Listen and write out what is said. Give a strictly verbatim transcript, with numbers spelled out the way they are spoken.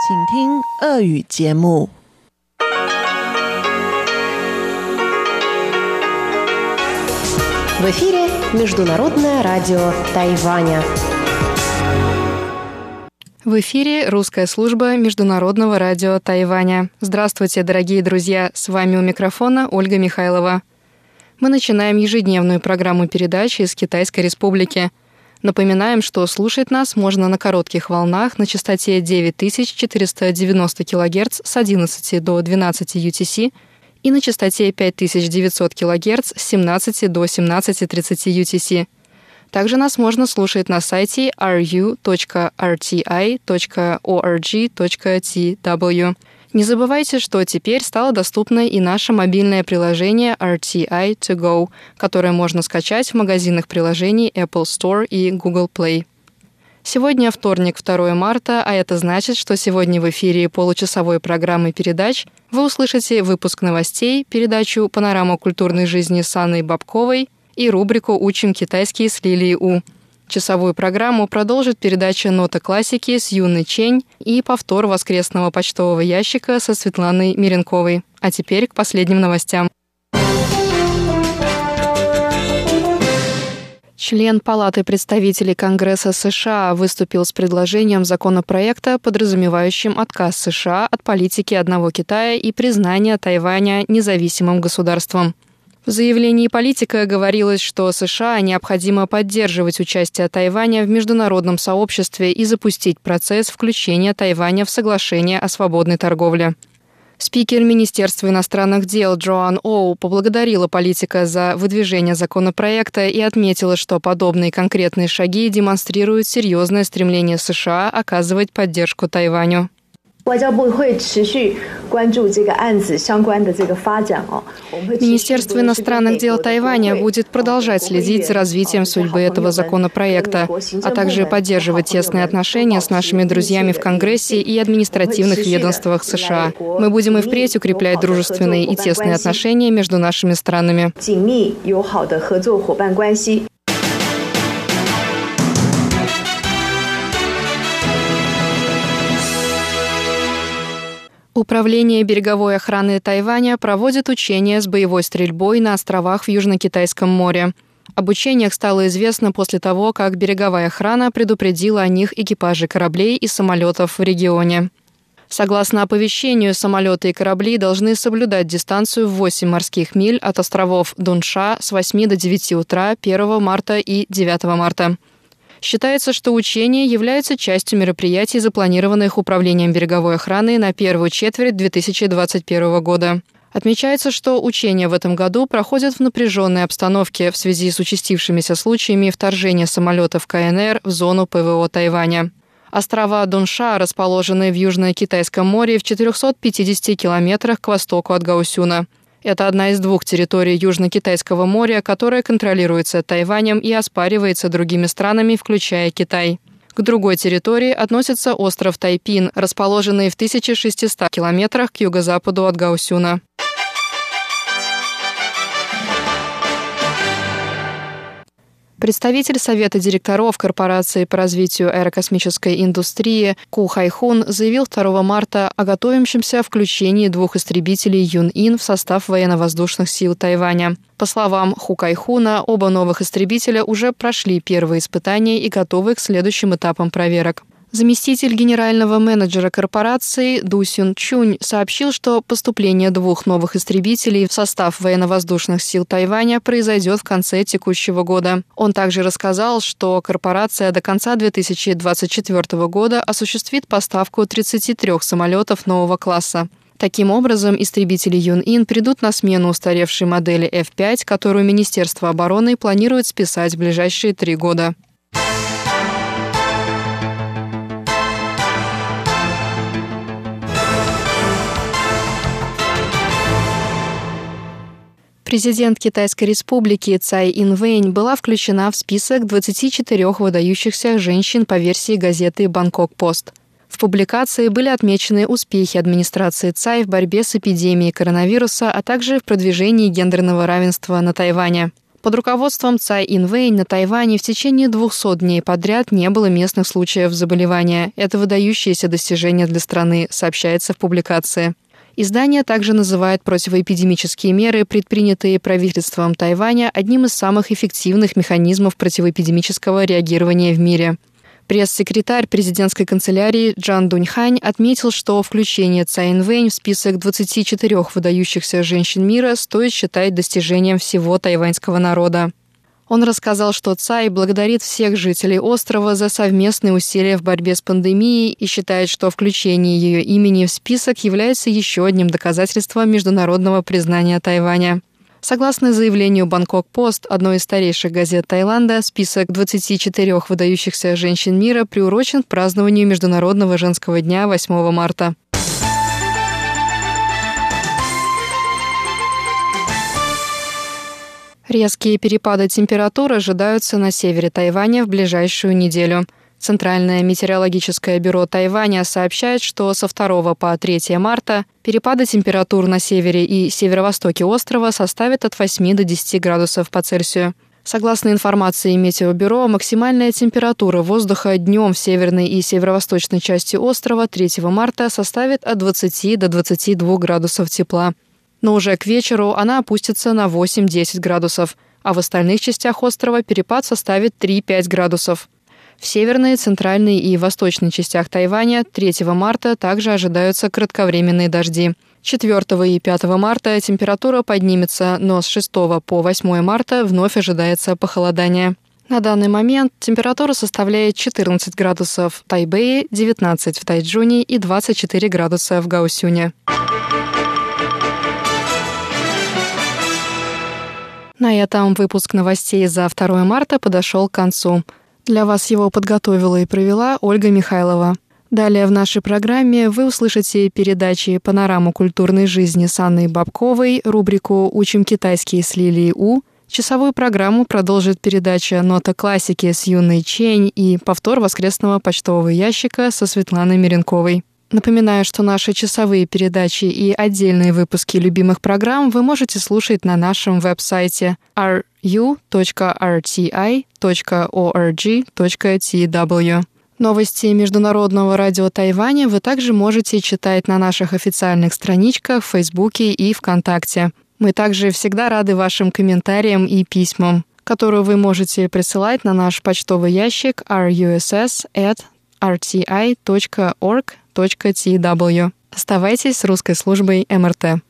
请听俄语节目。 В эфире Международное радио Тайваня. В эфире русская служба Международного радио Тайваня. Здравствуйте, дорогие друзья! С вами у микрофона Ольга Михайлова. Мы начинаем ежедневную программу передач из Китайской Республики. Напоминаем, что слушать нас можно на коротких волнах на частоте девять тысяч четыреста девяносто килогерц с одиннадцати до двенадцати ю ти си и на частоте пять тысяч девятьсот килогерц с семнадцати до семнадцати тридцати ю ти си. Также нас можно слушать на сайте ар ю точка эр ти ай точка орг точка ти дабл ю. Не забывайте, что теперь стало доступно и наше мобильное приложение ар ти ай To Go, которое можно скачать в магазинах приложений Apple Store и Google Play. Сегодня вторник, второго марта, а это значит, что сегодня в эфире получасовой программы передач вы услышите выпуск новостей, передачу «Панорама культурной жизни» с Анной Бабковой и рубрику «Учим китайский» с Лилией У. Часовую программу продолжит передача «Нота классики» с Юной Чень и повтор воскресного почтового ящика со Светланой Миренковой. А теперь к последним новостям. Член Палаты представителей Конгресса США выступил с предложением законопроекта, подразумевающим отказ США от политики одного Китая и признание Тайваня независимым государством. В заявлении политика говорилось, что США необходимо поддерживать участие Тайваня в международном сообществе и запустить процесс включения Тайваня в соглашение о свободной торговле. Спикер Министерства иностранных дел Джоан Оу поблагодарила политика за выдвижение законопроекта и отметила, что подобные конкретные шаги демонстрируют серьезное стремление США оказывать поддержку Тайваню. Министерство иностранных дел Тайваня будет продолжать следить за развитием судьбы этого законопроекта, а также поддерживать тесные отношения с нашими друзьями в Конгрессе и административных ведомствах США. Мы будем и впредь укреплять дружественные и тесные отношения между нашими странами. Управление береговой охраны Тайваня проводит учения с боевой стрельбой на островах в Южно-Китайском море. Об учениях стало известно после того, как береговая охрана предупредила о них экипажи кораблей и самолетов в регионе. Согласно оповещению, самолеты и корабли должны соблюдать дистанцию в восемь морских миль от островов Дунша с восьми до девяти утра первого марта и девятого марта. Считается, что учения являются частью мероприятий, запланированных Управлением береговой охраны на первую четверть две тысячи двадцать первого года. Отмечается, что учения в этом году проходят в напряженной обстановке в связи с участившимися случаями вторжения самолетов ка эн эр в зону пэ вэ о Тайваня. Острова Дунша расположены в Южно-Китайском море в четырехстах пятидесяти километрах к востоку от Гаосюна. Это одна из двух территорий Южно-Китайского моря, которая контролируется Тайванем и оспаривается другими странами, включая Китай. К другой территории относится остров Тайпин, расположенный в тысяча шестистах километрах к юго-западу от Гаосюна. Представитель Совета директоров Корпорации по развитию аэрокосмической индустрии Ку Хайхун заявил второго марта о готовящемся включении двух истребителей Юн-Ин в состав военно-воздушных сил Тайваня. По словам Ху Кайхуна, оба новых истребителя уже прошли первые испытания и готовы к следующим этапам проверок. Заместитель генерального менеджера корпорации Ду Сюн Чунь сообщил, что поступление двух новых истребителей в состав военно-воздушных сил Тайваня произойдет в конце текущего года. Он также рассказал, что корпорация до конца две тысячи двадцать четвёртого года осуществит поставку тридцати трёх самолетов нового класса. Таким образом, истребители Юн-Ин придут на смену устаревшей модели эф пять, которую Министерство обороны планирует списать в ближайшие три года. Президент Китайской Республики Цай Инвэнь была включена в список двадцати четырёх выдающихся женщин по версии газеты «Бангкок-Пост». В публикации были отмечены успехи администрации Цай в борьбе с эпидемией коронавируса, а также в продвижении гендерного равенства на Тайване. Под руководством Цай Инвэнь на Тайване в течение двухсот дней подряд не было местных случаев заболевания. Это выдающееся достижение для страны, сообщается в публикации. Издание также называет противоэпидемические меры, предпринятые правительством Тайваня, одним из самых эффективных механизмов противоэпидемического реагирования в мире. Пресс-секретарь президентской канцелярии Джан Дуньхань отметил, что включение Цай Инвэнь в список двадцати четырёх выдающихся женщин мира стоит считать достижением всего тайваньского народа. Он рассказал, что Цай благодарит всех жителей острова за совместные усилия в борьбе с пандемией и считает, что включение ее имени в список является еще одним доказательством международного признания Тайваня. Согласно заявлению «Бангкок-Пост», одной из старейших газет Таиланда, список двадцати четырёх выдающихся женщин мира приурочен к празднованию Международного женского дня восьмого марта. Резкие перепады температур ожидаются на севере Тайваня в ближайшую неделю. Центральное метеорологическое бюро Тайваня сообщает, что со второго по третье марта перепады температур на севере и северо-востоке острова составят от восьми до десяти градусов по Цельсию. Согласно информации Метеобюро, максимальная температура воздуха днем в северной и северо-восточной части острова третьего марта составит от двадцати до двадцати двух градусов тепла. Но уже к вечеру она опустится на восемь-десять градусов, а в остальных частях острова перепад составит три-пять градусов. В северной, центральной и восточной частях Тайваня третьего марта также ожидаются кратковременные дожди. четвёртого и пятого марта температура поднимется, но с шестого по восьмое марта вновь ожидается похолодание. На данный момент температура составляет четырнадцать градусов в Тайбэе, девятнадцать в Тайчжуне и двадцать четыре градуса в Гаосюне. На этом выпуск новостей за второе марта подошел к концу. Для вас его подготовила и провела Ольга Михайлова. Далее в нашей программе вы услышите передачи «Панораму культурной жизни» с Анной Бабковой, рубрику «Учим китайский с Лилией У». Часовую программу продолжит передача «Нота классики» с Юной Чень и повтор воскресного почтового ящика со Светланой Меренковой. Напоминаю, что наши часовые передачи и отдельные выпуски любимых программ вы можете слушать на нашем веб-сайте ар ю точка эр ти ай точка орг точка ти дабл ю. Новости Международного радио Тайваня вы также можете читать на наших официальных страничках в Фейсбуке и ВКонтакте. Мы также всегда рады вашим комментариям и письмам, которые вы можете присылать на наш почтовый ящик ар ю эс эс эт эр ти ай точка орг точка ти дабл ю. Оставайтесь с русской службой эм эр тэ.